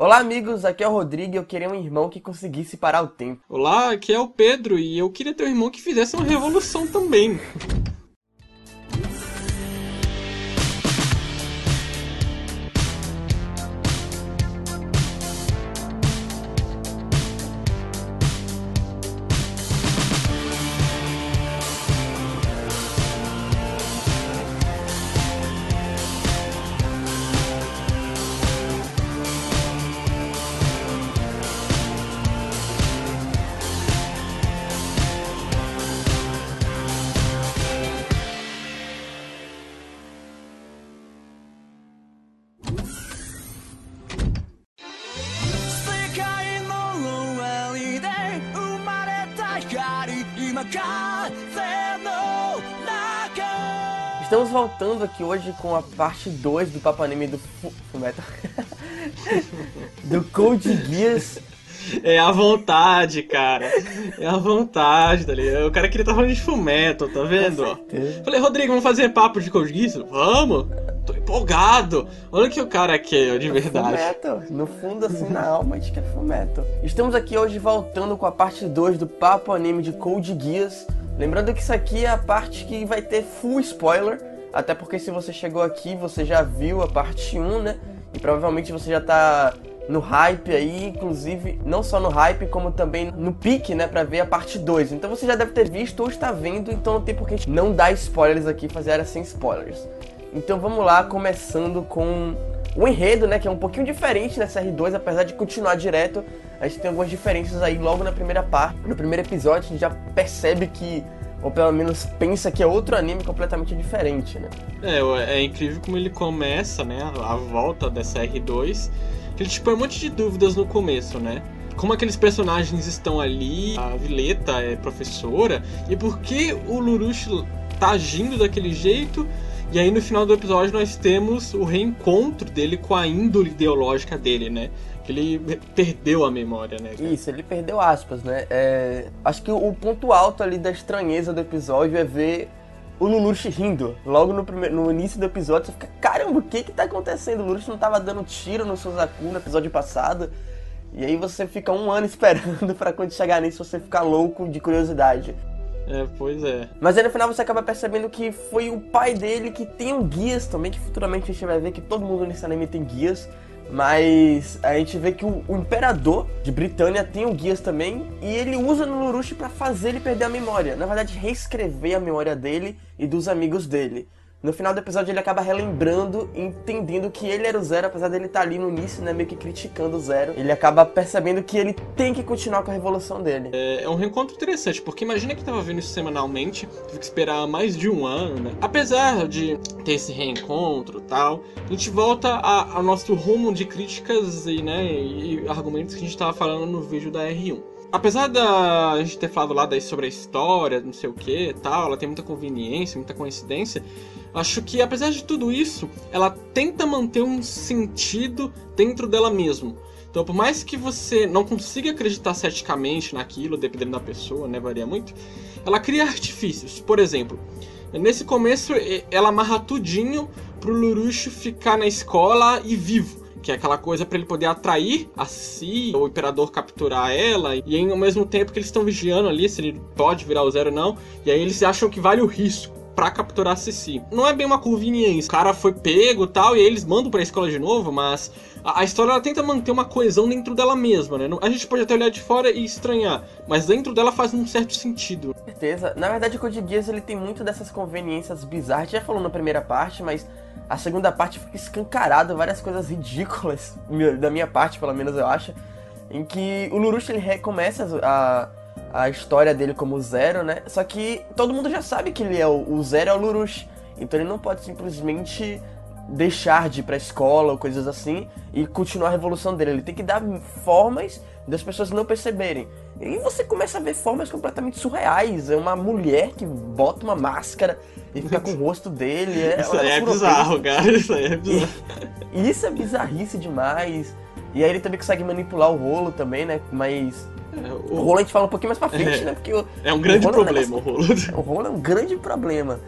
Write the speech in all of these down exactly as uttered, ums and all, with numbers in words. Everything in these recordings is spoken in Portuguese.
Olá amigos, aqui é o Rodrigo e eu queria um irmão que conseguisse parar o tempo. Olá, aqui é o Pedro e eu queria ter um irmão que fizesse uma revolução também. Estamos voltando aqui hoje com a parte dois do Papo Anime do Fu- Fullmetal do Code Geass. É a vontade, cara. É a vontade, tá ligado? O cara queria estar falando de Fullmetal, tá vendo? Com certeza. Falei, Rodrigo, vamos fazer papo de Code Geass? Vamos! Tô empolgado! Olha o que o cara quer, de verdade. Fullmetal, no fundo assim na alma a gente quer Fullmetal. Estamos aqui hoje voltando com a parte dois do Papo Anime de Code Geass. Lembrando que isso aqui é a parte que vai ter full spoiler, até porque se você chegou aqui, você já viu a parte um, né? E provavelmente você já tá no hype aí, inclusive, não só no hype, como também no pique, né, pra ver a parte dois. Então você já deve ter visto ou está vendo, então não tem por que a gente não dar spoilers aqui, fazer área sem spoilers. Então vamos lá, começando com o enredo, né, que é um pouquinho diferente nessa R dois, apesar de continuar direto. A gente tem algumas diferenças aí logo na primeira parte. No primeiro episódio a gente já percebe que, ou pelo menos pensa que é outro anime completamente diferente, né? É, é incrível como ele começa, né, a volta dessa R dois, que ele te põe um monte de dúvidas no começo, né? Como aqueles personagens estão ali, a Vileta é professora, e por que o Lelouch tá agindo daquele jeito? E aí no final do episódio nós temos o reencontro dele com a índole ideológica dele, né? Que ele perdeu a memória, né? Cara? Isso, ele perdeu aspas, né? É... Acho que o ponto alto ali da estranheza do episódio é ver o Lelouch rindo. Logo no, primeiro... no início do episódio você fica, caramba, o que que tá acontecendo? O Lelouch não tava dando tiro no Suzaku no episódio passado. E aí você fica um ano esperando pra quando chegar nisso você ficar louco de curiosidade. É, pois é. Mas aí no final você acaba percebendo que foi o pai dele que tem um guias também, que futuramente a gente vai ver que todo mundo nesse anime tem guias. Mas a gente vê que o, o imperador de Britânia tem o guias também, e ele usa no Lelouch pra fazer ele perder a memória. Na verdade, reescrever a memória dele e dos amigos dele. No final do episódio ele acaba relembrando e entendendo que ele era o Zero, apesar dele estar ali no início, né, meio que criticando o Zero. Ele acaba percebendo que ele tem que continuar com a revolução dele. É, é um reencontro interessante, porque imagina que tava vendo isso semanalmente, teve que esperar mais de um ano, né? Apesar de ter esse reencontro e tal, a gente volta a- ao nosso rumo de críticas e, né, e argumentos que a gente tava falando no vídeo da R um. Apesar da gente ter falado lá sobre a história, não sei o que e tal, ela tem muita conveniência, muita coincidência, acho que apesar de tudo isso, ela tenta manter um sentido dentro dela mesma. Então, por mais que você não consiga acreditar ceticamente naquilo, dependendo da pessoa, né, varia muito, ela cria artifícios. Por exemplo, nesse começo ela amarra tudinho pro Lelouch ficar na escola e vivo. Que é aquela coisa pra ele poder atrair a si, o imperador capturar ela, e aí, ao mesmo tempo que eles estão vigiando ali se ele pode virar o Zero ou não, e aí eles acham que vale o risco pra capturar a Cici. Não é bem uma conveniência. O cara foi pego e tal, e aí eles mandam pra escola de novo, mas a, a história ela tenta manter uma coesão dentro dela mesma, né? A gente pode até olhar de fora e estranhar, mas dentro dela faz um certo sentido. Com certeza. Na verdade, o Code Geass ele tem muito dessas conveniências bizarras. A gente já falou na primeira parte, mas a segunda parte fica escancarado, várias coisas ridículas, da minha parte, pelo menos eu acho, em que o Lelouch ele recomeça a, a história dele como Zero, né? Só que todo mundo já sabe que ele é o, o Zero é o Lelouch, então ele não pode simplesmente deixar de ir pra escola ou coisas assim e continuar a revolução dele. Ele tem que dar formas das pessoas não perceberem. E você começa a ver formas completamente surreais. É uma mulher que bota uma máscara e fica com o rosto dele. É isso aí é bizarro, cara. Isso aí é bizarro. E, e isso é bizarrice demais. E aí ele também consegue manipular o rolo também, né? Mas é, o... o rolo a gente fala um pouquinho mais pra frente, é, né? Porque o, é um grande o problema, é um o rolo. O rolo é um grande problema.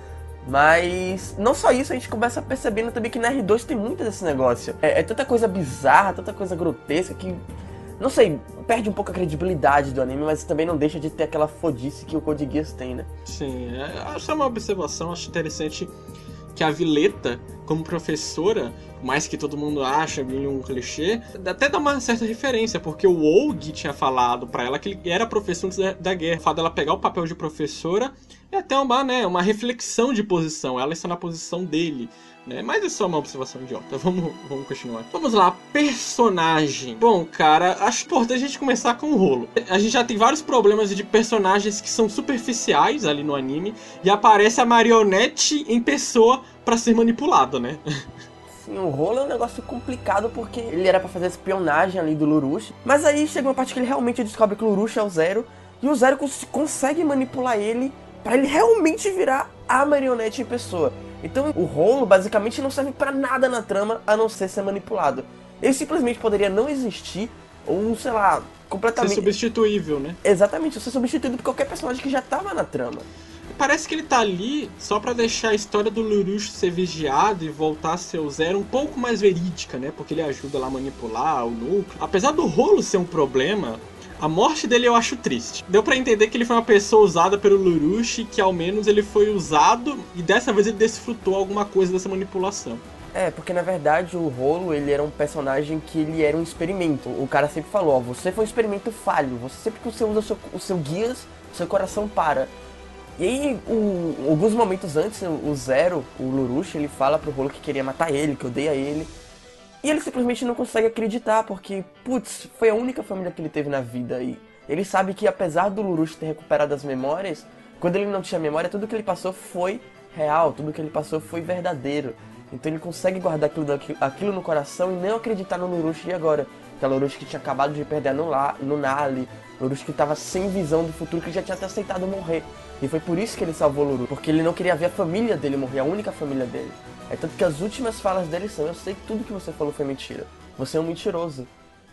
Mas não só isso, a gente começa percebendo também que na R dois tem muito desse negócio. É, é tanta coisa bizarra, tanta coisa grotesca que, não sei, perde um pouco a credibilidade do anime, mas também não deixa de ter aquela fodice que o Code Geass tem, né? Sim, é, acho que é uma observação, acho interessante que a Vileta, como professora, mais que todo mundo acha meio um clichê, até dá uma certa referência, porque o Ogi tinha falado pra ela que ele era professor antes da, da guerra. O fato dela pegar o papel de professora é até uma, né, uma reflexão de posição, ela está na posição dele, né? Mas é só uma observação idiota, vamos, vamos continuar. Vamos lá, personagem. Bom, cara, acho importante a gente começar com o rolo. A gente já tem vários problemas de personagens que são superficiais ali no anime, e aparece a marionete em pessoa pra ser manipulada, né? Sim, o rolo é um negócio complicado porque ele era pra fazer espionagem ali do Lelouch, mas aí chega uma parte que ele realmente descobre que o Lelouch é o Zero, e o Zero cons- consegue manipular ele pra ele realmente virar a marionete em pessoa. Então o rolo basicamente não serve pra nada na trama a não ser ser manipulado. Ele simplesmente poderia não existir, ou sei lá, completamente... Ser substituível, né? Exatamente, ser substituído por qualquer personagem que já tava na trama. Parece que ele tá ali só pra deixar a história do Lelouch ser vigiado e voltar a ser o Zero um pouco mais verídica, né? Porque ele ajuda lá a manipular o núcleo. Apesar do rolo ser um problema, a morte dele eu acho triste. Deu pra entender que ele foi uma pessoa usada pelo Lelouch, que ao menos ele foi usado e dessa vez ele desfrutou alguma coisa dessa manipulação. É, porque na verdade o Rolo, ele era um personagem que ele era um experimento. O cara sempre falou, ó, você foi um experimento falho, você sempre que você usa o seu, o seu guias, seu coração para. E aí, o, alguns momentos antes, o Zero, o Lelouch, ele fala pro Rolo que queria matar ele, que odeia ele. E ele simplesmente não consegue acreditar, porque, putz, foi a única família que ele teve na vida. E ele sabe que apesar do Lelouch ter recuperado as memórias, quando ele não tinha memória, tudo que ele passou foi real, tudo que ele passou foi verdadeiro. Então ele consegue guardar aquilo, aquilo no coração e não acreditar no Lelouch de agora. Que é o Lelouch que tinha acabado de perder no, La, no Nali, o Lelouch que estava sem visão do futuro, que já tinha até aceitado morrer. E foi por isso que ele salvou o Lelouch, porque ele não queria ver a família dele morrer, a única família dele. É tanto que as últimas falas dele são: eu sei que tudo que você falou foi mentira. Você é um mentiroso.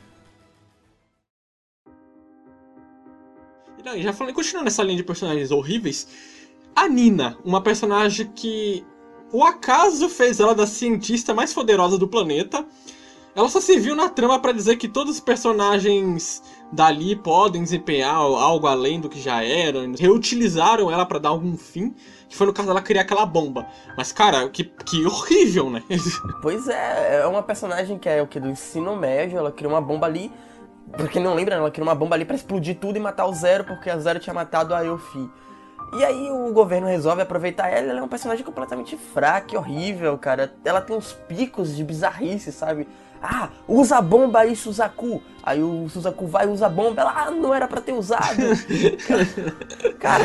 Não, e já falei, continuando nessa linha de personagens horríveis, a Nina, uma personagem que o acaso fez ela da cientista mais poderosa do planeta. Ela só serviu na trama pra dizer que todos os personagens dali podem desempenhar algo além do que já eram. Reutilizaram ela pra dar algum fim, que foi no caso dela criar aquela bomba. Mas, cara, que, que horrível, né? Pois é, é uma personagem que é o que do ensino médio, ela criou uma bomba ali. Pra quem não lembra, ela criou uma bomba ali pra explodir tudo e matar o Zero, porque a Zero tinha matado a Eofi. E aí o governo resolve aproveitar ela, ela é um personagem completamente fraco e horrível, cara. Ela tem uns picos de bizarrice, sabe? Ah, usa a bomba aí, Suzaku. Aí o Suzaku vai e usa a bomba. Ela, ah, não era pra ter usado. Cara,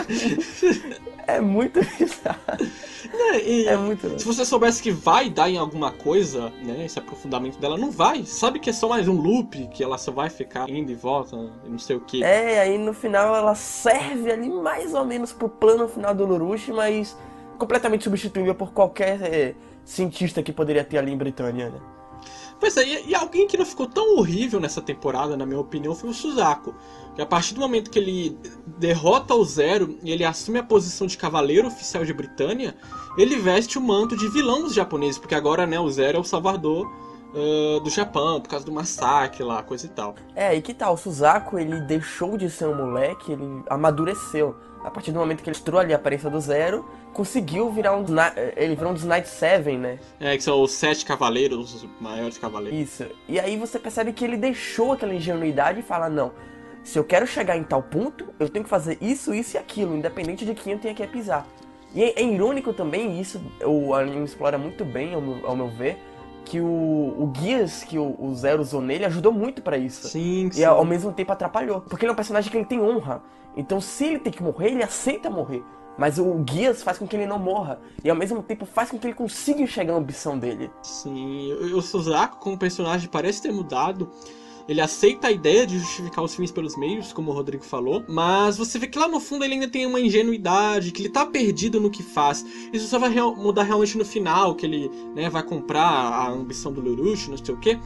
é muito bizarro. E é muito... Se você soubesse que vai dar em alguma coisa, né, esse aprofundamento dela, não vai. Sabe que é só mais um loop, que ela só vai ficar indo e volta, e não sei o que. É, aí no final ela serve ali mais ou menos pro plano final do Lelouch, mas completamente substituível por qualquer é, cientista que poderia ter ali em Britânia, né? Pois é, e, e alguém que não ficou tão horrível nessa temporada, na minha opinião, foi o Suzaku. Que a partir do momento que ele derrota o Zero e ele assume a posição de cavaleiro oficial de Britânia, ele veste o manto de vilão dos japoneses, porque agora, né, o Zero é o salvador uh, do Japão, por causa do massacre lá, coisa e tal. É, e que tal? O Suzaku, ele deixou de ser um moleque, ele amadureceu. A partir do momento que ele destruiu ali a aparência do Zero, conseguiu virar um... Ele virou um dos Night Seven, né? É, que são os sete cavaleiros, os maiores cavaleiros. Isso. E aí você percebe que ele deixou aquela ingenuidade e fala, não, se eu quero chegar em tal ponto, eu tenho que fazer isso, isso e aquilo, independente de quem eu tenha que pisar. E é, é irônico também, isso o anime explora muito bem, ao meu, ao meu ver, que o, o Geass que o, o Zero usou nele ajudou muito pra isso. Sim, sim. E ao mesmo tempo atrapalhou. Porque ele é um personagem que ele tem honra. Então se ele tem que morrer, ele aceita morrer. Mas o Geass faz com que ele não morra. E ao mesmo tempo faz com que ele consiga enxergar a ambição dele. Sim, o Suzaku como personagem parece ter mudado. Ele aceita a ideia de justificar os fins pelos meios, como o Rodrigo falou, mas você vê que lá no fundo ele ainda tem uma ingenuidade, que ele tá perdido no que faz. Isso só vai real- mudar realmente no final, que ele, né, vai comprar a ambição do Lelouch, não sei o quê.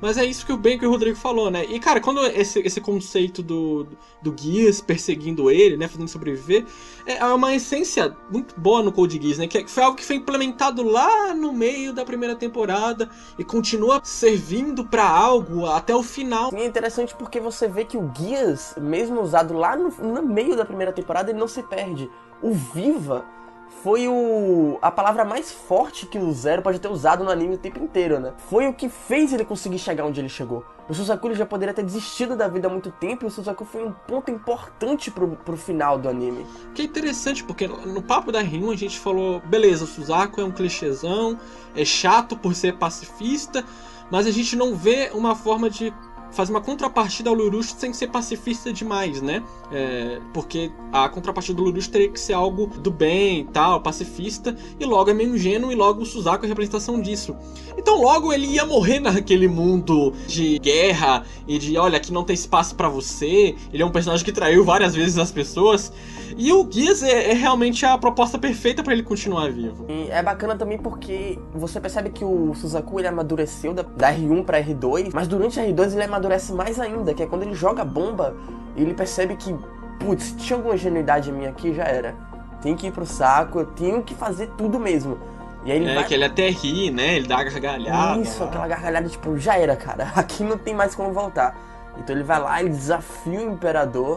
Mas é isso que o Ben e o Rodrigo falou, né? E, cara, quando esse, esse conceito do, do Geass perseguindo ele, né? Fazendo sobreviver, é uma essência muito boa no Code Geass, né? Que foi algo que foi implementado lá no meio da primeira temporada e continua servindo pra algo até o final. E é interessante porque você vê que o Geass, mesmo usado lá no, no meio da primeira temporada, ele não se perde. O Viva foi o, a palavra mais forte que o Zero pode ter usado no anime o tempo inteiro, né? Foi o que fez ele conseguir chegar onde ele chegou. O Suzaku ele já poderia ter desistido da vida há muito tempo e o Suzaku foi um ponto importante pro, pro final do anime. Que é interessante, porque no papo da R um a gente falou, beleza, o Suzaku é um clichêzão, é chato por ser pacifista, mas a gente não vê uma forma de fazer uma contrapartida ao Lelouch sem ser pacifista demais, né? É, porque a contrapartida do Lelouch teria que ser algo do bem e tal, pacifista, e logo é meio ingênuo, e logo o Suzaku é a representação disso. Então logo ele ia morrer naquele mundo de guerra e de, olha, aqui não tem espaço pra você. Ele é um personagem que traiu várias vezes as pessoas. E o Geass é, é realmente a proposta perfeita pra ele continuar vivo. E é bacana também porque você percebe que o Suzaku ele amadureceu da, da R um pra R dois, mas durante a R dois ele amadurece mais ainda, que é quando ele joga a bomba, ele percebe que, putz, tinha alguma ingenuidade minha aqui, já era. Tem que ir pro saco, eu tenho que fazer tudo mesmo. E aí ele é, vai... que ele até ri, né? Ele dá a gargalhada. Isso, lá. aquela gargalhada, tipo, já era, cara. Aqui não tem mais como voltar. Então ele vai lá, ele desafia o Imperador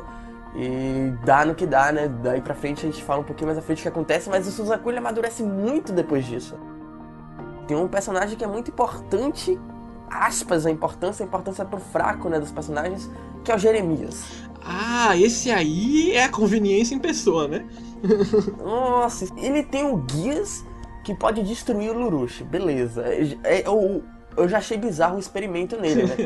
e dá no que dá, né? Daí pra frente a gente fala um pouquinho mais à frente o que acontece, mas o Suzaku ele amadurece muito depois disso. Tem um personagem que é muito importante, aspas, a importância, a importância pro fraco, né, dos personagens, que é o Jeremias. Ah, esse aí é a conveniência em pessoa, né? Nossa, ele tem o Geass que pode destruir o Lelouch, beleza. Eu, eu já achei bizarro o experimento nele, né?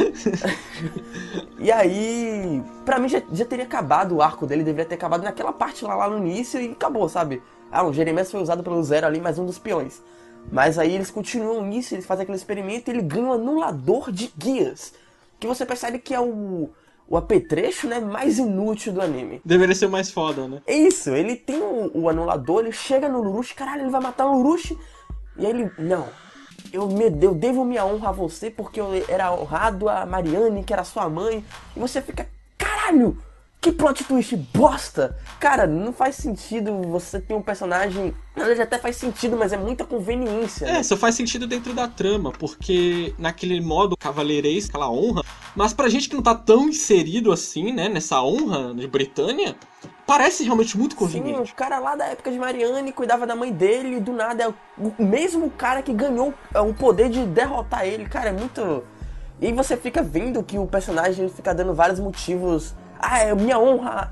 E aí, pra mim já, já teria acabado o arco dele, deveria ter acabado naquela parte lá, lá no início e acabou, sabe? Ah, o Jeremias foi usado pelo Zero ali, mais um dos peões. Mas aí eles continuam nisso, eles fazem aquele experimento e ele ganha um anulador de Geass. Que você percebe que é o... o apetrecho, né, mais inútil do anime. Deveria ser o mais foda, né? É isso, ele tem o, o anulador, ele chega no Lelouch, caralho, ele vai matar o Lelouch. E aí ele, não, eu, me, eu devo minha honra a você porque eu era honrado a Marianne, que era sua mãe. E você fica, caralho, que plot twist bosta. Cara, não faz sentido você ter um personagem... Na verdade até faz sentido, mas é muita conveniência. É, né? só faz sentido dentro da trama, porque naquele modo cavaleiresco, aquela honra, mas pra gente que não tá tão inserido assim, né, nessa honra de Britânia, parece realmente muito conveniente. Sim, o cara lá da época de Marianne cuidava da mãe dele e do nada é o mesmo cara que ganhou o poder de derrotar ele. Cara, é muito... E aí você fica vendo que o personagem fica dando vários motivos. Ah, é minha honra.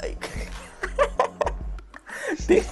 Tem...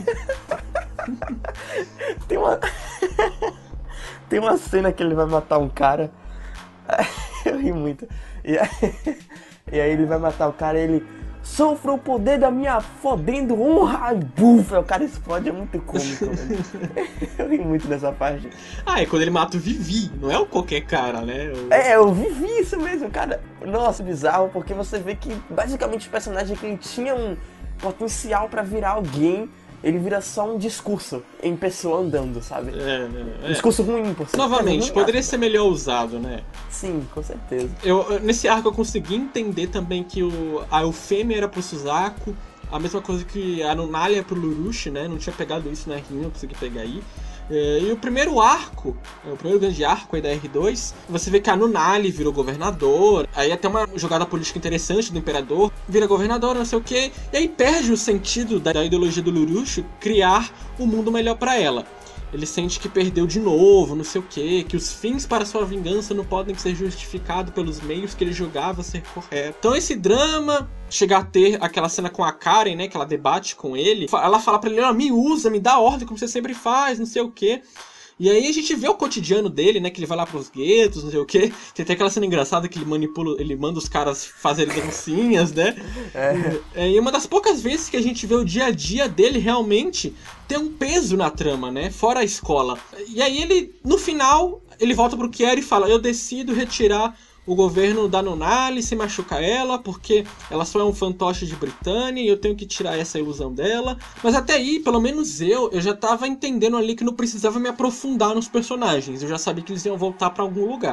Tem uma... Tem uma cena que ele vai matar um cara. Eu ri muito. E aí... e aí ele vai matar o cara e ele... Sofra o poder da minha fodendo honra. E buf, o cara explode, é muito cômico, velho. Eu ri muito dessa parte. Ah, é quando ele mata o Vivi, não é o qualquer cara, né? O... É, eu vivi isso mesmo, cara. Nossa, bizarro, porque você vê que basicamente o personagem que ele tinha um potencial pra virar alguém, ele vira só um discurso em pessoa andando, sabe? É, é, é. Discurso ruim, por cima. Novamente, poderia ser melhor usado, né? Sim, com certeza. Eu, nesse arco eu consegui entender também que o, a Eufêmia era pro Suzaku, a mesma coisa que a Nunalia é pro Lelouch, né? Não tinha pegado isso na R um, eu consegui pegar aí. É, e o primeiro arco, o primeiro grande arco aí da R dois, você vê que a Nunalia virou governador, aí até uma jogada política interessante do Imperador, vira governador, não sei o que, e aí perde o sentido da, da ideologia do Lelouch criar um mundo melhor pra ela. Ele sente que perdeu de novo, não sei o que, que os fins para sua vingança não podem ser justificados pelos meios que ele julgava ser correto. Então esse drama, chegar a ter aquela cena com a Karen, né, que ela debate com ele, ela fala pra ele, oh, me usa, me dá ordem como você sempre faz, não sei o que. E aí a gente vê o cotidiano dele, né, que ele vai lá pros guetos, não sei o que. Tem até aquela cena engraçada que ele manipula, ele manda os caras fazerem dancinhas, né? É. É, e uma das poucas vezes que a gente vê o dia a dia dele realmente ter um peso na trama, né, fora a escola. E aí ele, no final, ele volta pro Kier e fala, eu decido retirar o governo da Nunalia sem machucar ela, porque ela só é um fantoche de Britânia e eu tenho que tirar essa ilusão dela. Mas até aí, pelo menos eu, eu já tava entendendo ali que não precisava me aprofundar nos personagens. Eu já sabia que eles iam voltar pra algum lugar.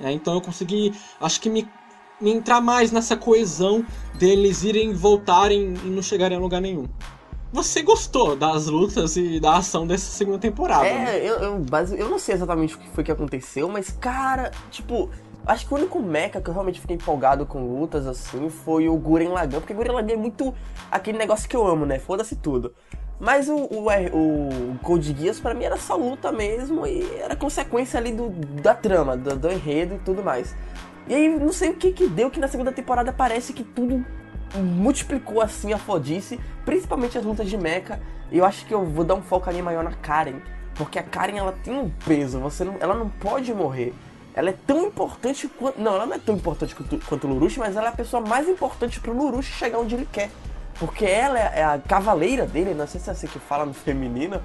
É, então eu consegui, acho que me, me entrar mais nessa coesão deles irem e voltarem e não chegarem a lugar nenhum. Você gostou das lutas e da ação dessa segunda temporada, É, né? eu, eu, base- eu não sei exatamente o que foi que aconteceu, mas, cara, tipo, acho que o único mecha que eu realmente fiquei empolgado com lutas, assim, foi o Gurren Lagann, porque Gurren Lagann é muito aquele negócio que eu amo, né? Foda-se tudo. Mas o, o, R- o Code Geass, pra mim, era só luta mesmo e era consequência ali do, da trama, do, do enredo e tudo mais. E aí, não sei o que que deu, que na segunda temporada parece que tudo multiplicou assim a fodice, principalmente as lutas de mecha. E eu acho que eu vou dar um foco ali maior na Karen, porque a Karen, ela tem um peso, você não, ela não pode morrer. Ela é tão importante quanto... Não, ela não é tão importante quanto, quanto o Lelouch, mas ela é a pessoa mais importante pro Lelouch chegar onde ele quer. Porque ela é é a cavaleira dele, não sei se é assim que fala no feminino,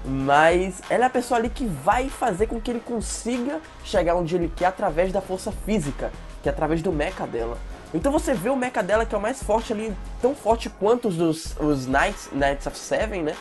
mas ela é a pessoa ali que vai fazer com que ele consiga chegar onde ele quer através da força física, que é através do mecha dela. Então você vê o mecha dela, que é o mais forte ali, tão forte quanto os dos os Knights, Knights of Seven, né?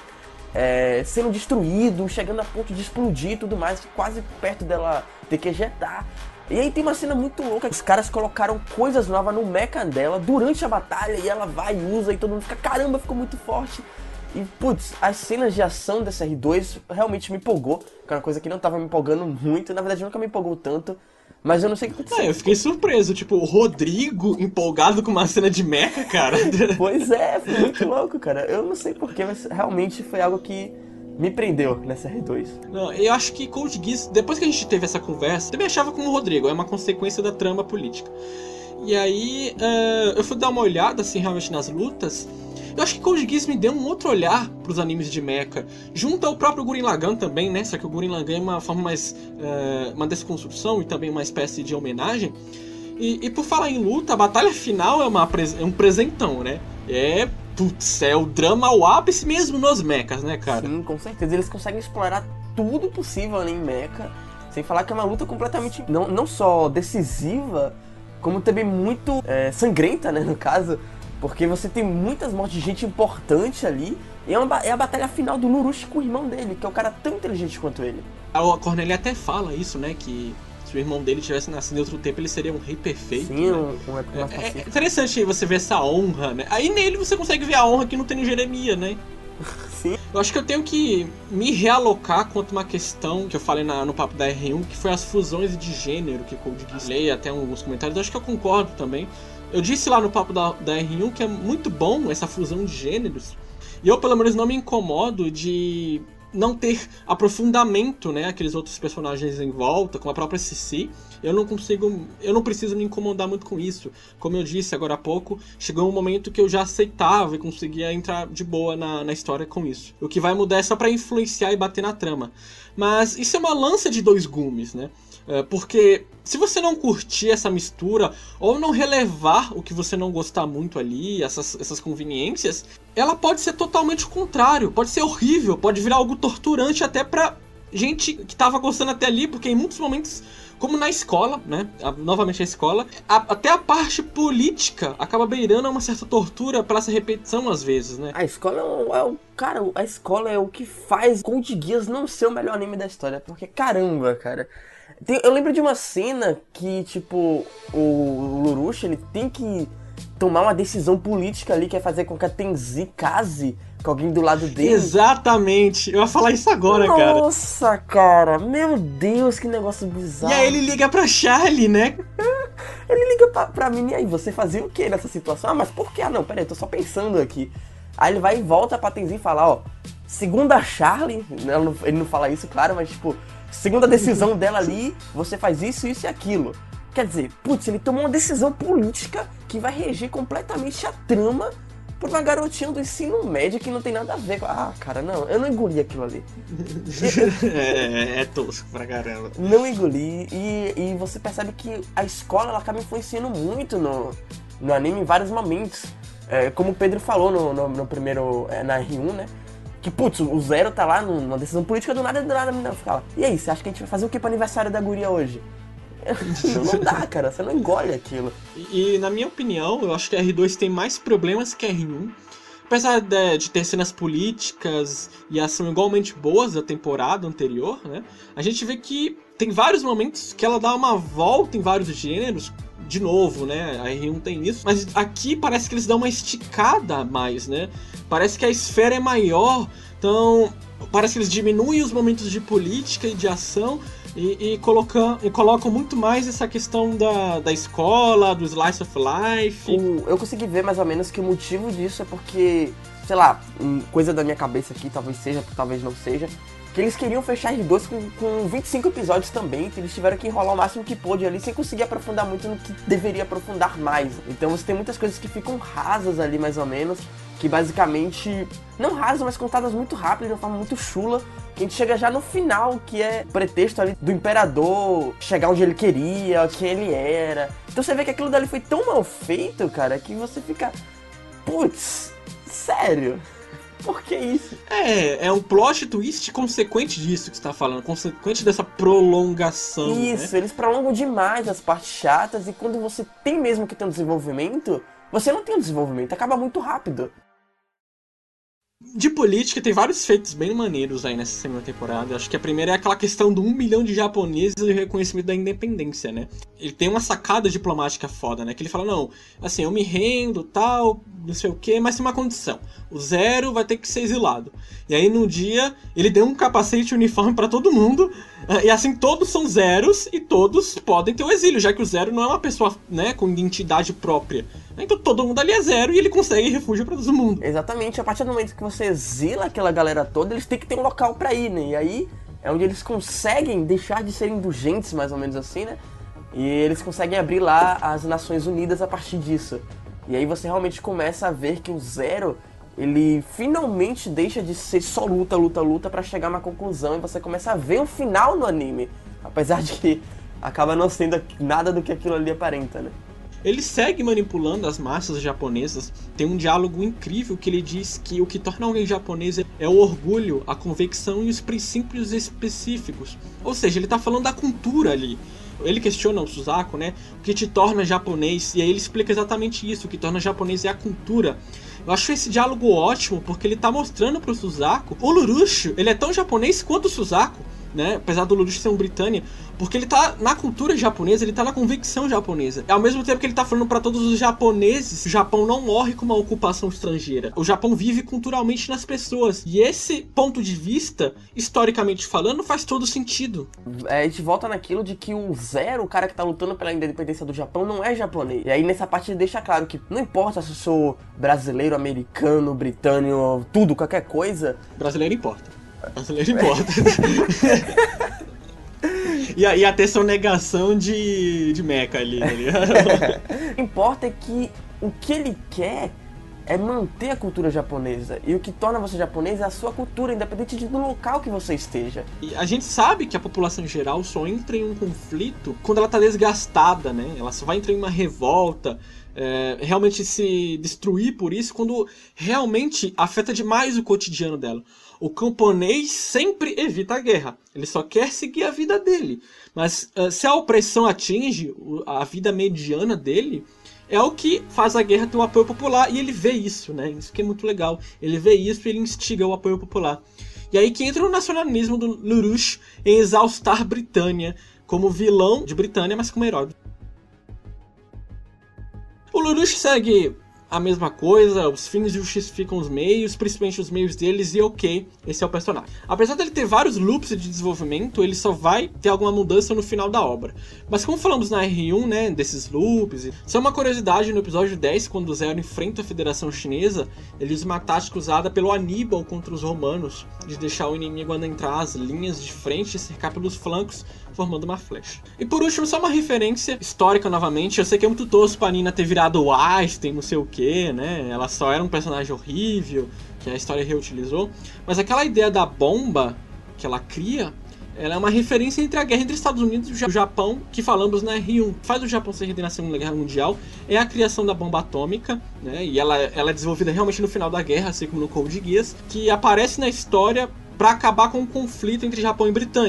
É, sendo destruído, chegando a ponto de explodir e tudo mais, quase perto dela ter que ejetar. E aí tem uma cena muito louca, os caras colocaram coisas novas no mecha dela durante a batalha, e ela vai e usa, e todo mundo fica, caramba, ficou muito forte. E, putz, as cenas de ação dessa R dois realmente me empolgou, que é uma coisa que não tava me empolgando muito, na verdade nunca me empolgou tanto, mas eu não sei o que aconteceu. É, eu fiquei surpreso, tipo, o Rodrigo empolgado com uma cena de mecha, cara. Pois é, foi muito louco, cara. Eu não sei porquê, mas realmente foi algo que me prendeu nessa R dois. Não, eu acho que Code Geass, depois que a gente teve essa conversa, também achava como o Rodrigo, é uma consequência da trama política. E aí, uh, eu fui dar uma olhada, assim, realmente nas lutas. Eu acho que Code Geass me deu um outro olhar pros animes de mecha, junto ao próprio Gurren Lagann também, né? Só que o Gurren Lagann é uma forma mais... Uh, uma desconstrução e também uma espécie de homenagem. E, e por falar em luta, a batalha final é, uma, é um presentão, né? É... Putz, é o drama ao ápice mesmo nos mechas, né, cara? Sim, com certeza. Eles conseguem explorar tudo possível ali em mecha, sem falar que é uma luta completamente, não, não só decisiva, como também muito é, sangrenta, né, no caso, porque você tem muitas mortes de gente importante ali, e é, uma, é a batalha final do Lelouch com o irmão dele, que é um cara tão inteligente quanto ele. A Cornelia até fala isso, né, que se o irmão dele tivesse nascido em outro tempo, ele seria um rei perfeito. Sim, né? um, um época mais é, pacífico. é interessante você ver essa honra, né? Aí nele você consegue ver a honra que não tem no Jeremias, né? Sim. Eu acho que eu tenho que me realocar quanto uma questão que eu falei na, no papo da R um, que foi as fusões de gênero que Code Geass leia até alguns comentários. Eu acho que eu concordo também. Eu disse lá no papo da, da R um que é muito bom essa fusão de gêneros. E eu, pelo menos, não me incomodo de não ter aprofundamento, né, aqueles outros personagens em volta, como a própria Cici. Eu não consigo, eu não preciso me incomodar muito com isso. Como eu disse agora há pouco, chegou um momento que eu já aceitava e conseguia entrar de boa na, na história com isso. O que vai mudar é só pra influenciar e bater na trama. Mas isso é uma lança de dois gumes, né? É, porque se você não curtir essa mistura, ou não relevar o que você não gostar muito ali, essas, essas conveniências, ela pode ser totalmente o contrário, pode ser horrível, pode virar algo torturante até pra gente que tava gostando até ali, porque em muitos momentos, como na escola, né, a, novamente a escola, a, até a parte política acaba beirando uma certa tortura pela essa repetição às vezes, né. A escola é o, é o... Cara, a escola é o que faz Code Geass não ser o melhor anime da história, porque caramba, cara... Tem, eu lembro de uma cena que, tipo, o Lelouch, ele tem que tomar uma decisão política ali, que é fazer com que a Tenzi case com alguém do lado dele. Exatamente, eu ia falar isso agora, Nossa, cara. Nossa, cara, meu Deus, que negócio bizarro. E aí ele liga pra Charlie, né? Ele liga pra, pra mim, e aí, você fazia o que nessa situação? Ah, mas por que? Ah, não, peraí, eu tô só pensando aqui. Aí ele vai e volta pra Tenzi e fala, ó, segundo a Charlie, ele não fala isso, claro, mas tipo... Segundo a decisão dela ali, você faz isso, isso e aquilo. Quer dizer, putz, ele tomou uma decisão política que vai reger completamente a trama por uma garotinha do ensino médio que não tem nada a ver com... Ah, cara, não, eu não engoli aquilo ali. é, é tosco pra caramba. Não engoli, e, e você percebe que a escola ela acaba influenciando muito no, no anime em vários momentos. É, como o Pedro falou no, no, no primeiro, é, na R um, né? Que, putz, o Zero tá lá numa decisão política, do nada, do nada, a menina fica lá. E aí, você acha que a gente vai fazer o que pro aniversário da guria hoje? não, não dá, cara, você não engole aquilo. E, e, na minha opinião, eu acho que a R dois tem mais problemas que a R um. Apesar de, de ter cenas políticas e ação igualmente boas da temporada anterior, né? A gente vê que tem vários momentos que ela dá uma volta em vários gêneros. De novo, né? A R um tem isso. Mas aqui parece que eles dão uma esticada a mais, né? Parece que a esfera é maior. Então, parece que eles diminuem os momentos de política e de ação e, e, colocam, e colocam muito mais essa questão da, da escola, do slice of life. O, eu consegui ver mais ou menos que o motivo disso é porque, sei lá, coisa da minha cabeça aqui, talvez seja, talvez não seja, que eles queriam fechar R dois com, com vinte e cinco episódios também, então eles tiveram que enrolar o máximo que pôde ali, sem conseguir aprofundar muito no que deveria aprofundar mais. Então você tem muitas coisas que ficam rasas ali, mais ou menos, que basicamente, não rasas, mas contadas muito rápido, de uma forma muito chula, que a gente chega já no final, que é pretexto ali do imperador chegar onde ele queria, quem ele era. Então você vê que aquilo dali foi tão mal feito, cara, que você fica, putz, sério? Por que isso? É, é um plot twist consequente disso que você tá falando, consequente dessa prolongação. Isso, né? Eles prolongam demais as partes chatas e quando você tem mesmo que ter um desenvolvimento, você não tem um desenvolvimento, acaba muito rápido. De política, tem vários feitos bem maneiros aí nessa segunda temporada. Acho que a primeira é aquela questão do um milhão de japoneses e o reconhecimento da independência, né? Ele tem uma sacada diplomática foda, né? Que ele fala, não, assim, eu me rendo, tal, não sei o quê, mas tem uma condição. O Zero vai ter que ser exilado. E aí, num dia, ele deu um capacete uniforme pra todo mundo, e assim, todos são zeros e todos podem ter o exílio, já que o Zero não é uma pessoa, né, com identidade própria. Então todo mundo ali é zero e ele consegue refúgio pra todo mundo. Exatamente, a partir do momento que você exila aquela galera toda, eles têm que ter um local pra ir, né? E aí é onde eles conseguem deixar de ser indulgentes, mais ou menos assim, né? E eles conseguem abrir lá as Nações Unidas a partir disso. E aí você realmente começa a ver que o Zero, ele finalmente deixa de ser só luta, luta, luta pra chegar a uma conclusão e você começa a ver um final no anime. Apesar de que acaba não sendo nada do que aquilo ali aparenta, né? Ele segue manipulando as massas japonesas. Tem um diálogo incrível que ele diz que o que torna alguém japonês é o orgulho, a convicção e os princípios específicos. Ou seja, ele está falando da cultura ali. Ele questiona o Suzaku, né? O que te torna japonês. E aí ele explica exatamente isso. O que torna japonês é a cultura. Eu acho esse diálogo ótimo porque ele está mostrando pro Suzaku. O Lelouch, ele é tão japonês quanto o Suzaku, né? Apesar do Lelouch ser um britânia, porque ele tá na cultura japonesa, ele tá na convicção japonesa. Ao mesmo tempo que ele tá falando pra todos os japoneses, o Japão não morre com uma ocupação estrangeira. O Japão vive culturalmente nas pessoas. E esse ponto de vista, historicamente falando, faz todo sentido. É, a gente volta naquilo de que o Zero, o cara que tá lutando pela independência do Japão, não é japonês. E aí nessa parte ele deixa claro que não importa se eu sou brasileiro, americano, britânico, tudo, qualquer coisa. Brasileiro importa. Brasileiro importa. E a, e a ter sonegação de, de meca ali, tá ligado? O que importa é que o que ele quer é manter a cultura japonesa. E o que torna você japonês é a sua cultura, independente do local que você esteja. E a gente sabe que a população em geral só entra em um conflito quando ela tá desgastada, né? Ela só vai entrar em uma revolta, é, realmente se destruir por isso, quando realmente afeta demais o cotidiano dela. O camponês sempre evita a guerra. Ele só quer seguir a vida dele. Mas uh, se a opressão atinge a vida mediana dele, é o que faz a guerra ter um apoio popular. E ele vê isso, né? Isso que é muito legal. Ele vê isso e ele instiga o apoio popular. E aí que entra o nacionalismo do Lelouch em exaltar Britânia como vilão de Britânia, mas como herói. O Lelouch segue a mesma coisa, os fins justificam os meios, principalmente os meios deles, e ok, esse é o personagem. Apesar dele ter vários loops de desenvolvimento, ele só vai ter alguma mudança no final da obra. Mas como falamos na R um, né, desses loops, só uma curiosidade, no episódio dez, quando o Zero enfrenta a Federação Chinesa, ele usa uma tática usada pelo Aníbal contra os romanos, de deixar o inimigo adentrar as linhas de frente e cercar pelos flancos, formando uma flecha. E por último, só uma referência histórica novamente. Eu sei que é muito tosco a Nina ter virado Einstein, não sei o que, né? Ela só era um personagem horrível, que a história reutilizou. Mas aquela ideia da bomba que ela cria, ela é uma referência entre a guerra entre Estados Unidos e o Japão, que falamos na R um. Faz o Japão se render na Segunda Guerra Mundial é a criação da bomba atômica, né? E ela, ela é desenvolvida realmente no final da guerra, assim como no Code Geass, que aparece na história para acabar com o conflito entre Japão e Britânia.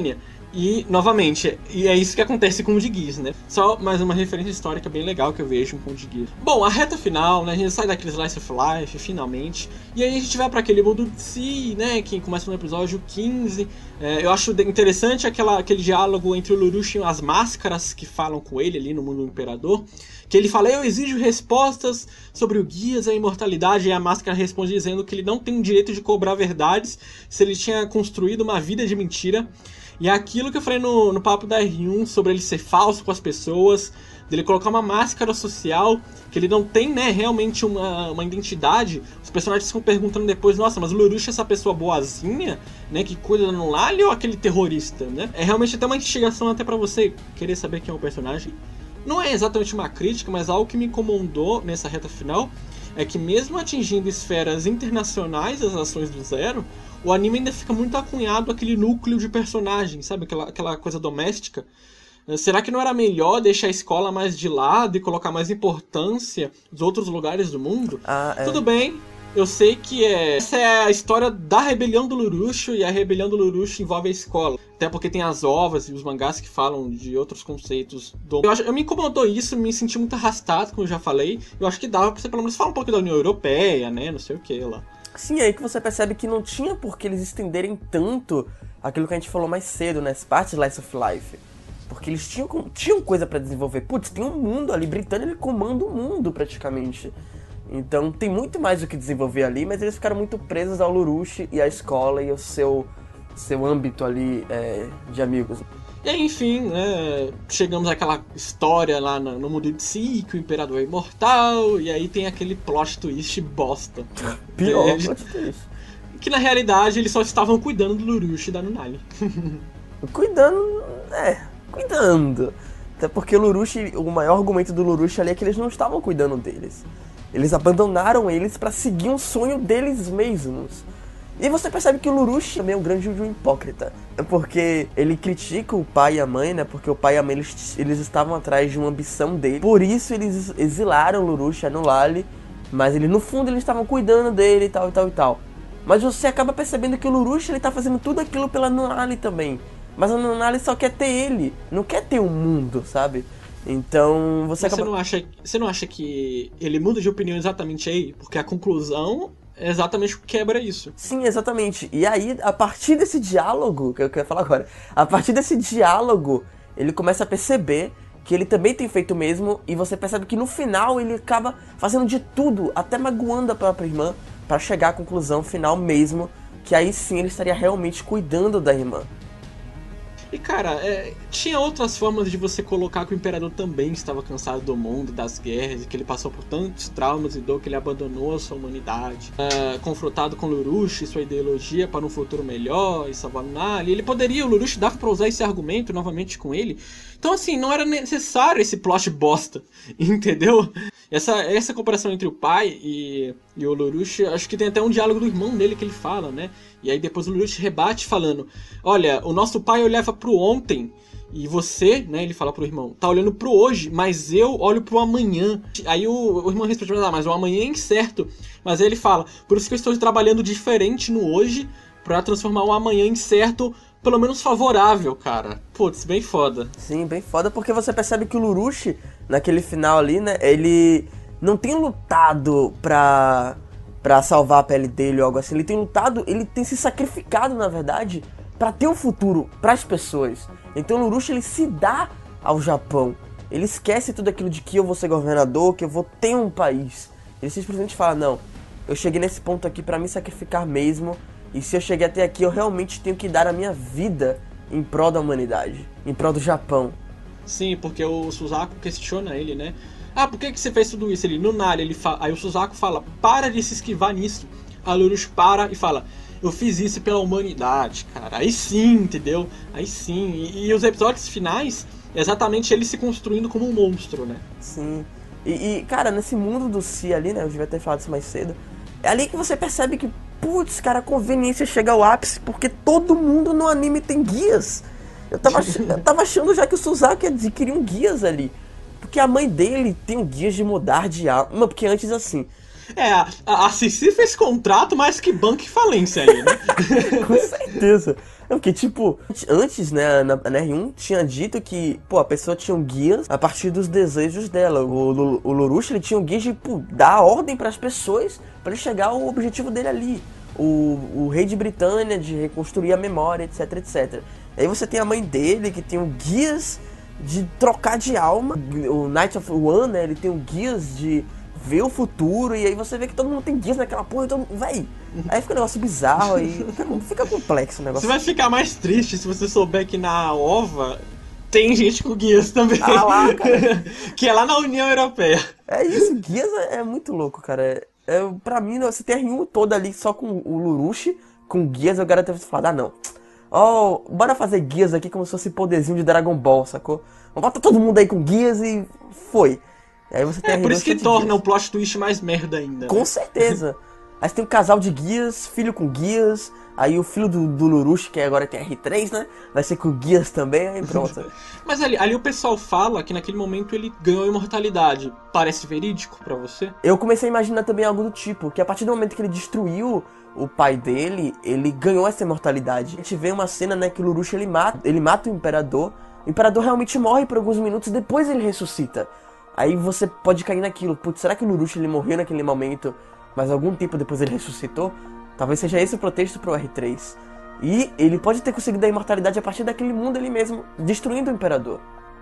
E, novamente, e é isso que acontece com o de Geass, né? Só mais uma referência histórica bem legal que eu vejo com o de Geass. Bom, a reta final, né? A gente sai daquele Slice of Life, finalmente. E aí a gente vai para aquele mundo de si, né? Que começa no episódio quinze. É, eu acho interessante aquela, aquele diálogo entre o Lelouch e as máscaras que falam com ele ali no mundo do Imperador. Que ele fala, eu exijo respostas sobre o Geass e a imortalidade. E a máscara responde dizendo que ele não tem o direito de cobrar verdades se ele tinha construído uma vida de mentira. E é aquilo que eu falei no, no papo da R um sobre ele ser falso com as pessoas, dele colocar uma máscara social, que ele não tem, né, realmente uma, uma identidade. Os personagens ficam perguntando depois, nossa, mas o Lelouch é essa pessoa boazinha, né, que cuida no Lally ou aquele terrorista, né? É realmente até uma instigação até pra você querer saber quem é o personagem. Não é exatamente uma crítica, mas algo que me incomodou nessa reta final é que mesmo atingindo esferas internacionais as ações do Zero, o anime ainda fica muito acunhado àquele núcleo de personagens, sabe? Aquela, aquela coisa doméstica. Será que não era melhor deixar a escola mais de lado e colocar mais importância nos outros lugares do mundo? Ah, é. Tudo bem, eu sei que é... essa é a história da rebelião do Lelouch, e a rebelião do Lelouch envolve a escola. Até porque tem as ovas e os mangás que falam de outros conceitos. Do... Eu, acho, eu me incomodou isso, me senti muito arrastado, como eu já falei. Eu acho que dava pra você pelo menos falar um pouco da União Europeia, né? Não sei o que lá. Sim, é aí que você percebe que não tinha por que eles estenderem tanto aquilo que a gente falou mais cedo, né? As partes de Slice of Life. Porque eles tinham, tinham coisa pra desenvolver. Putz, tem um mundo ali, Britânia, ele comanda o mundo praticamente. Então tem muito mais o que desenvolver ali, mas eles ficaram muito presos ao Lelouch e à escola e ao seu, seu âmbito ali é, de amigos. E aí, enfim, né, chegamos àquela história lá no, no mundo de si, que o Imperador é imortal, e aí tem aquele plot twist bosta. Pior é, plot twist. Que na realidade eles só estavam cuidando do Lelouch e da Nunali. Cuidando, é, cuidando. Até porque o Lelouch, o maior argumento do Lelouch ali é que eles não estavam cuidando deles. Eles abandonaram eles pra seguir um sonho deles mesmos. E você percebe que o Lelouch também é um grande um hipócrita. É porque ele critica o pai e a mãe, né? Porque o pai e a mãe, eles, eles estavam atrás de uma ambição dele. Por isso eles exilaram o Lelouch no Lally. Mas ele, no fundo eles estavam cuidando dele e tal e tal e tal. Mas você acaba percebendo que o Lelouch, ele tá fazendo tudo aquilo pela Nunali também. Mas a Nunali só quer ter ele. Não quer ter um mundo, sabe? Então você Mas acaba... Você não acha, você não acha que ele muda de opinião exatamente aí? Porque a conclusão... exatamente o que quebra isso. Sim, exatamente. E aí, a partir desse diálogo, que eu quero falar agora, a partir desse diálogo, ele começa a perceber que ele também tem feito o mesmo, e você percebe que no final ele acaba fazendo de tudo, até magoando a própria irmã, pra chegar à conclusão final mesmo, que aí sim ele estaria realmente cuidando da irmã. E cara, é, tinha outras formas de você colocar que o Imperador também estava cansado do mundo, das guerras, e que ele passou por tantos traumas e dor que ele abandonou a sua humanidade. É, confrontado com Lelouch e sua ideologia para um futuro melhor e salvar Nunali, ele poderia, o Lelouch dava pra usar esse argumento novamente com ele. Então assim, não era necessário esse plot bosta, entendeu? Essa, essa comparação entre o pai e, e o Lelouch, acho que tem até um diálogo do irmão dele que ele fala, né? E aí depois o Lelouch rebate falando, olha, o nosso pai olhava pro ontem e você, né, ele fala pro irmão, tá olhando pro hoje, mas eu olho pro amanhã. Aí o, o irmão responde, ah, mas o amanhã é incerto. Mas aí ele fala, por isso que eu estou trabalhando diferente no hoje pra transformar o amanhã incerto pelo menos favorável, cara. Putz, bem foda. Sim, bem foda, porque você percebe que o Lelouch, naquele final ali, né, ele não tem lutado pra... pra salvar a pele dele ou algo assim. Ele tem lutado, ele tem se sacrificado, na verdade, pra ter um futuro pras pessoas. Então o Lelouch, ele se dá ao Japão. Ele esquece tudo aquilo de que eu vou ser governador, que eu vou ter um país. Ele simplesmente fala, não, eu cheguei nesse ponto aqui pra me sacrificar mesmo, e se eu cheguei até aqui, eu realmente tenho que dar a minha vida em prol da humanidade, em prol do Japão. Sim, porque o Suzaku questiona ele, né? Ah, por que, que você fez tudo isso? Ele, Nunali, ele fala... Aí o Suzaku fala, para de se esquivar nisso. A Lelouch para e fala, eu fiz isso pela humanidade, cara. Aí sim, entendeu? Aí sim. E, e os episódios finais, é exatamente ele se construindo como um monstro, né? Sim. E, e, cara, nesse mundo do Si ali, né? Eu devia ter falado isso mais cedo. É ali que você percebe que, putz, cara, a conveniência chega ao ápice, porque todo mundo no anime tem guias. Eu tava, eu tava achando já que o Suzaku ia adquirir um guias ali. Porque a mãe dele tem um guia de mudar de alma. Porque antes, assim, É, a, a Cici fez contrato mais que banco e falência ali, né? Com certeza. É porque, tipo, antes, né, na, na R um tinha dito que, pô, a pessoa tinha um guias a partir dos desejos dela. O, o, o Lelouch, ele tinha um guia de, pô, dar ordem pras pessoas pra ele chegar ao objetivo dele ali. O, o rei de Britânia, de reconstruir a memória, etc, etcétera. Aí você tem a mãe dele, que tem um guias de trocar de alma. O Knight of One, né, ele tem um guias de ver o futuro, e aí você vê que todo mundo tem guias naquela porra, então, véi, aí fica um negócio bizarro, aí fica, fica complexo o negócio. Você vai ficar mais triste se você souber que na OVA tem gente com guias também. Ah lá, cara. Que é lá na União Europeia. É isso, guias é, é muito louco, cara. É, é, pra mim, você tem a R um toda ali só com o Lelouch, com guias, eu quero ter falado, ah não, ó, oh, bora fazer guias aqui como se fosse poderzinho de Dragon Ball, sacou? Bota todo mundo aí com guias e foi. Aí você tem é, por isso que torna o plot twist mais merda ainda. Com né? certeza. Aí você tem um casal de guias, filho com guias. Aí o filho do, do Lelouch, que agora tem R três, né? Vai ser com guias também, aí pronto. Mas ali, ali o pessoal fala que naquele momento ele ganhou imortalidade. Parece verídico pra você? Eu comecei a imaginar também algo do tipo, que a partir do momento que ele destruiu o pai dele, ele ganhou essa imortalidade. A gente vê uma cena, né, que o Lelouch, ele mata, ele mata o Imperador. O Imperador realmente morre por alguns minutos, depois ele ressuscita. Aí você pode cair naquilo, putz, será que o Lelouch ele morreu naquele momento, mas algum tempo depois ele ressuscitou? Talvez seja esse o pretexto pro R três. E ele pode ter conseguido a imortalidade a partir daquele mundo ali mesmo, destruindo o Imperador.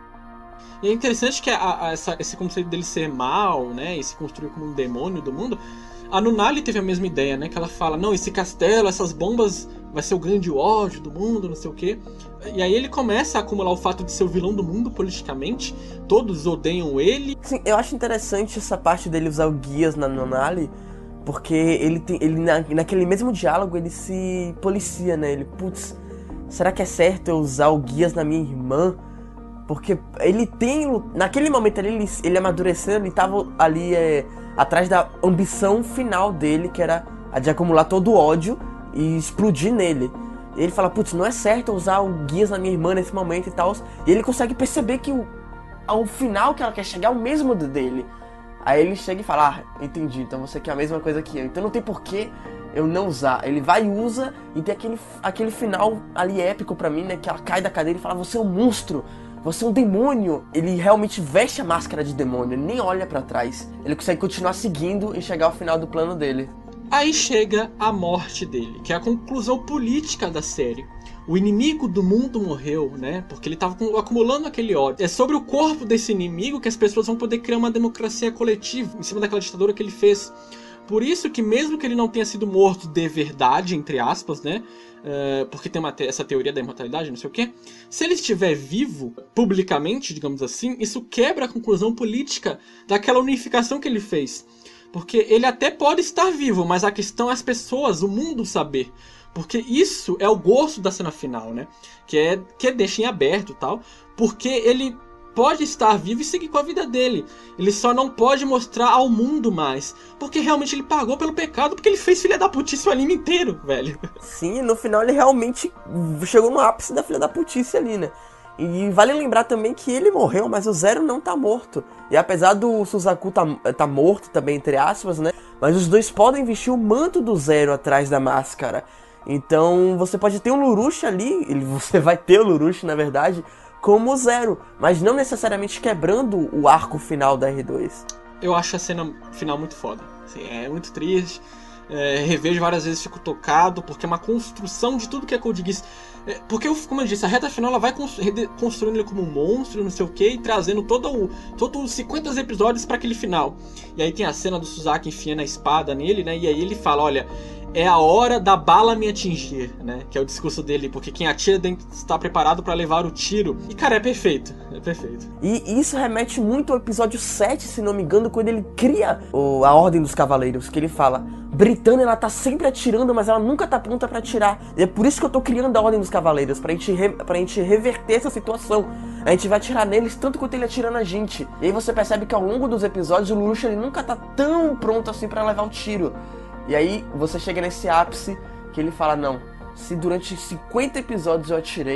E é interessante que a, a, essa, esse conceito dele ser mal, né, e se construir como um demônio do mundo, a Nunnally teve a mesma ideia, né, que ela fala, não, esse castelo, essas bombas, vai ser o grande ódio do mundo, não sei o quê. E aí ele começa a acumular o fato de ser o vilão do mundo politicamente, todos odeiam ele. Sim, eu acho interessante essa parte dele usar o guias na Nunnally, porque ele tem, ele na, naquele mesmo diálogo ele se policia, né, ele, putz, será que é certo eu usar o guias na minha irmã? Porque ele tem, naquele momento ali, ele, ele amadurecendo, ele tava ali é, atrás da ambição final dele, que era a de acumular todo o ódio e explodir nele. E ele fala, putz, não é certo usar o guias na minha irmã nesse momento e tal. E ele consegue perceber que o, ao final que ela quer chegar é o mesmo do dele. Aí ele chega e fala, ah, entendi, então você quer a mesma coisa que eu. Então não tem porquê eu não usar. Ele vai e usa, e tem aquele, aquele final ali épico pra mim, né, que ela cai da cadeira e fala, você é um monstro. Você é um demônio. Ele realmente veste a máscara de demônio, ele nem olha pra trás. Ele consegue continuar seguindo e chegar ao final do plano dele. Aí chega a morte dele, que é a conclusão política da série. O inimigo do mundo morreu, né? Porque ele estava acumulando aquele ódio. É sobre o corpo desse inimigo que as pessoas vão poder criar uma democracia coletiva em cima daquela ditadura que ele fez. Por isso que mesmo que ele não tenha sido morto de verdade, entre aspas, né? Uh, porque tem uma te- essa teoria da imortalidade, não sei o quê. Se ele estiver vivo, publicamente, digamos assim, isso quebra a conclusão política daquela unificação que ele fez. Porque ele até pode estar vivo, mas a questão é as pessoas, o mundo saber. Porque isso é o gosto da cena final, né? Que é que deixa em aberto e tal. Porque ele pode estar vivo e seguir com a vida dele. Ele só não pode mostrar ao mundo mais. Porque realmente ele pagou pelo pecado. Porque ele fez filha da putice o anime inteiro, velho. Sim, no final ele realmente chegou no ápice da filha da putice ali, né? E vale lembrar também que ele morreu, mas o Zero não tá morto. E apesar do Suzaku tá, tá morto também, entre aspas, né? Mas os dois podem vestir o manto do Zero atrás da máscara. Então você pode ter um Lelouch ali, você vai ter o Lelouch, na verdade, como o Zero, mas não necessariamente quebrando o arco final da R dois. Eu acho a cena final muito foda. Assim, é muito triste. É, revejo várias vezes, fico tocado, porque é uma construção de tudo que é Code Geass. É, porque, como eu disse, a reta final ela vai constru- construindo ele como um monstro, não sei o que, e trazendo todo o, todos os cinquenta episódios para aquele final. E aí tem a cena do Suzaki enfiando a espada nele, né? E aí ele fala, olha, é a hora da bala me atingir, né? Que é o discurso dele, porque quem atira tem que estar preparado para levar o tiro. E, cara, é perfeito, é perfeito. E isso remete muito ao episódio sete, se não me engano, quando ele cria o, a Ordem dos Cavaleiros, que ele fala, Britânia, ela tá sempre atirando, mas ela nunca tá pronta pra atirar. E é por isso que eu tô criando a Ordem dos Cavaleiros, pra gente, re, pra gente reverter essa situação. A gente vai atirar neles tanto quanto ele atira na gente. E aí você percebe que ao longo dos episódios, o Lelouch, ele nunca tá tão pronto assim pra levar o tiro. E aí você chega nesse ápice que ele fala, não, se durante cinquenta episódios eu atirei,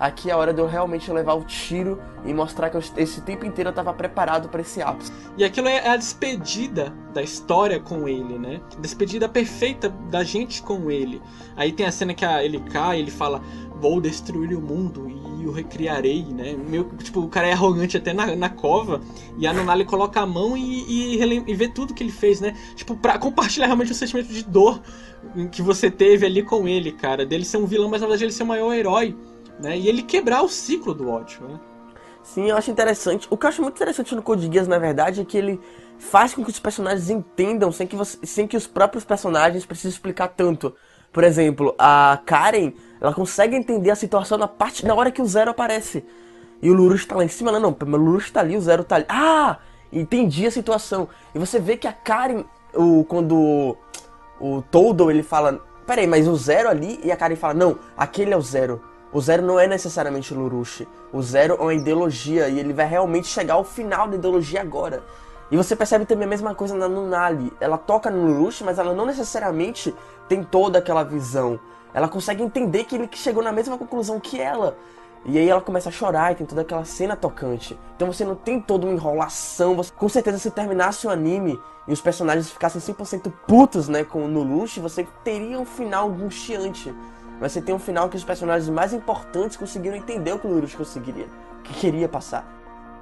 aqui é a hora de eu realmente levar o tiro e mostrar que eu, esse tempo inteiro eu tava preparado pra esse ápice. E aquilo é a despedida da história com ele, né? Despedida perfeita da gente com ele. Aí tem a cena que a, ele cai, ele fala, vou destruir o mundo e o recriarei, né? Meio, tipo, o cara é arrogante até na, na cova, e a Nunnally coloca a mão e, e, e vê tudo que ele fez, né? Tipo, pra compartilhar realmente o sentimento de dor que você teve ali com ele, cara. Dele ser um vilão, mas na verdade ele ser o maior herói, né? E ele quebrar o ciclo do ódio, né? Sim, eu acho interessante. O que eu acho muito interessante no Code Geass, na verdade, é que ele faz com que os personagens entendam sem que, você, sem que os próprios personagens precisem explicar tanto. Por exemplo, a Karen, ela consegue entender a situação na parte na hora que o Zero aparece. E o Lelouch tá lá em cima, não, não, o Lelouch tá ali, o Zero tá ali. Ah, entendi a situação. E você vê que a Karen, o, quando o, o Todo, ele fala, peraí, mas o Zero ali? E a Karen fala, não, aquele é o Zero. O Zero não é necessariamente o Lelouch. O Zero é uma ideologia e ele vai realmente chegar ao final da ideologia agora. E você percebe também a mesma coisa na Nunnally. Ela toca no Lelouch, mas ela não necessariamente tem toda aquela visão. Ela consegue entender que ele chegou na mesma conclusão que ela. E aí ela começa a chorar e tem toda aquela cena tocante. Então você não tem toda uma enrolação. Você, com certeza, se terminasse o anime e os personagens ficassem cem por cento putos, né, com o Lelouch, você teria um final angustiante. Mas você tem um final que os personagens mais importantes conseguiram entender o que o Lelouch conseguiria, que queria passar.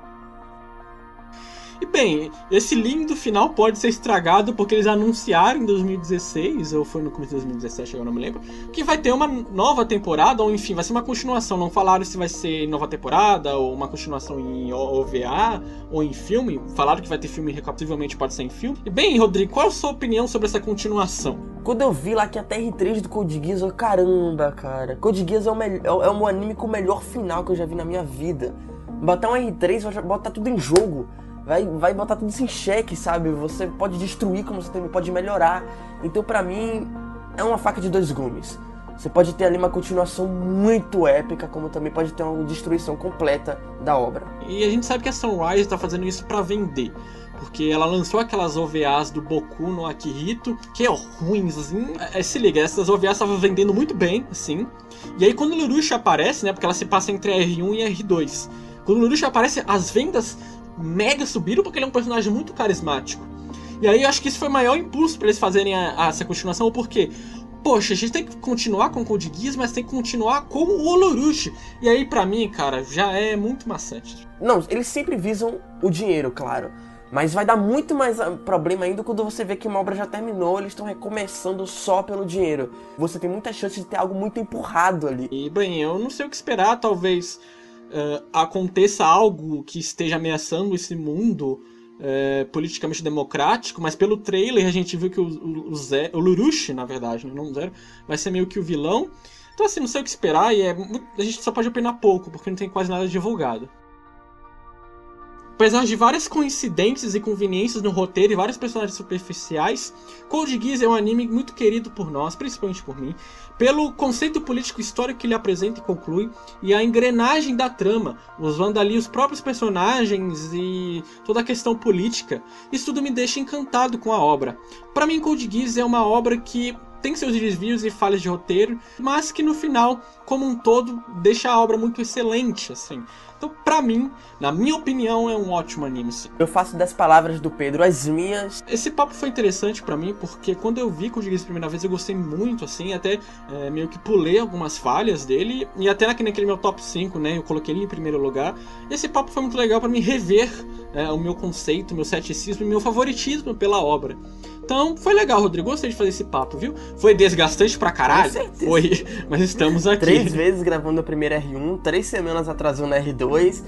E bem, esse lindo final pode ser estragado porque eles anunciaram em dois mil e dezesseis, ou foi no começo de dois mil e dezessete, eu não me lembro, que vai ter uma nova temporada, ou enfim, vai ser uma continuação. Não falaram se vai ser nova temporada, ou uma continuação em O V A, ou em filme. Falaram que vai ter filme, recapitulavelmente pode ser em filme. E bem, Rodrigo, qual a sua opinião sobre essa continuação? Quando eu vi lá que até R três do Code Geass, eu, caramba, cara, Code Geass é o, melhor, é o anime com o melhor final que eu já vi na minha vida. Botar um R três, vai botar tudo em jogo. Vai, vai botar tudo isso em xeque, sabe? Você pode destruir como você também pode melhorar. Então, pra mim, é uma faca de dois gumes. Você pode ter ali uma continuação muito épica, como também pode ter uma destruição completa da obra. E a gente sabe que a Sunrise tá fazendo isso pra vender. Porque ela lançou aquelas O V As do Boku no Akihito, que é ruins, assim. É, se liga, essas O V As estavam vendendo muito bem, assim. E aí quando o Lelouch aparece, né? Porque ela se passa entre R um e R dois. Quando o Lelouch aparece, as vendas mega subiram porque ele é um personagem muito carismático. E aí eu acho que isso foi o maior impulso pra eles fazerem a, a, essa continuação, porque, poxa, a gente tem que continuar com o Code Geass, mas tem que continuar com o Lelouch. E aí pra mim, cara, já é muito maçante. Não, eles sempre visam o dinheiro, claro. Mas vai dar muito mais problema ainda quando você vê que uma obra já terminou, eles estão recomeçando só pelo dinheiro. Você tem muita chance de ter algo muito empurrado ali. E, bem, eu não sei o que esperar, talvez uh, aconteça algo que esteja ameaçando esse mundo uh, politicamente democrático, mas pelo trailer a gente viu que o, o, o, Zé, o Lelouch, na verdade, não o Zero, vai ser meio que o vilão. Então, assim, não sei o que esperar e é, a gente só pode opinar pouco, porque não tem quase nada divulgado. Apesar de várias coincidências e conveniências no roteiro e vários personagens superficiais, Code Geass é um anime muito querido por nós, principalmente por mim, pelo conceito político histórico que ele apresenta e conclui, e a engrenagem da trama, usando ali os próprios personagens e toda a questão política. Isso tudo me deixa encantado com a obra. Para mim, Code Geass é uma obra que tem seus desvios e falhas de roteiro, mas que no final, como um todo, deixa a obra muito excelente, assim. Então, pra mim, na minha opinião, é um ótimo anime, sim. Eu faço das palavras do Pedro as minhas. Esse papo foi interessante pra mim, porque quando eu vi Code Geass a primeira vez, eu gostei muito, assim, até é, meio que pulei algumas falhas dele, e até naquele, naquele meu top cinco, né, eu coloquei ele em primeiro lugar. E esse papo foi muito legal pra mim rever é, o meu conceito, o meu ceticismo e meu favoritismo pela obra. Então, foi legal, Rodrigo. Gostei de fazer esse papo, viu? Foi desgastante pra caralho? Foi, mas estamos aqui. Três vezes gravando a primeira R um, três semanas atrasando a R dois.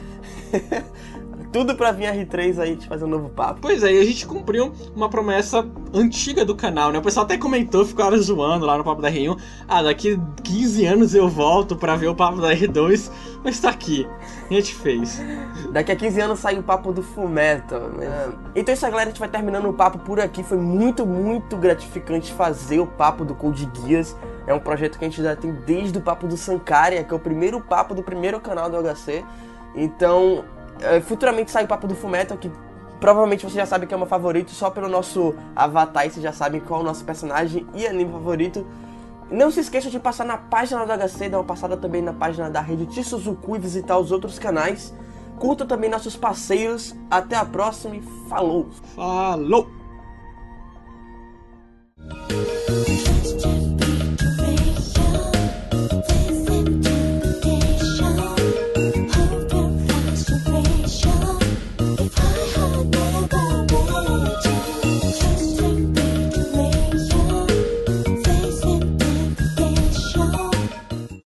Tudo pra vir a R três aí te fazer um novo papo. Pois é, e a gente cumpriu uma promessa antiga do canal, né? O pessoal até comentou, ficaram zoando lá no papo da R um. Ah, daqui quinze anos eu volto pra ver o papo da R dois. Mas tá aqui, a gente fez. Daqui a quinze anos sai o papo do Fullmetal, né? Então é isso aí, galera, a gente vai terminando o papo por aqui. Foi muito, muito gratificante fazer o papo do Code Geass. É um projeto que a gente já tem desde o papo do Sankaria, que é o primeiro papo do primeiro canal do H C. Então, futuramente sai o papo do Fullmetal, que provavelmente você já sabe que é o meu favorito, só pelo nosso avatar, e vocês já sabem qual é o nosso personagem e anime favorito. Não se esqueça de passar na página do H C, dar uma passada também na página da Rede Tsuzuku e visitar os outros canais. Curta também nossos passeios. Até a próxima e falou! Falou!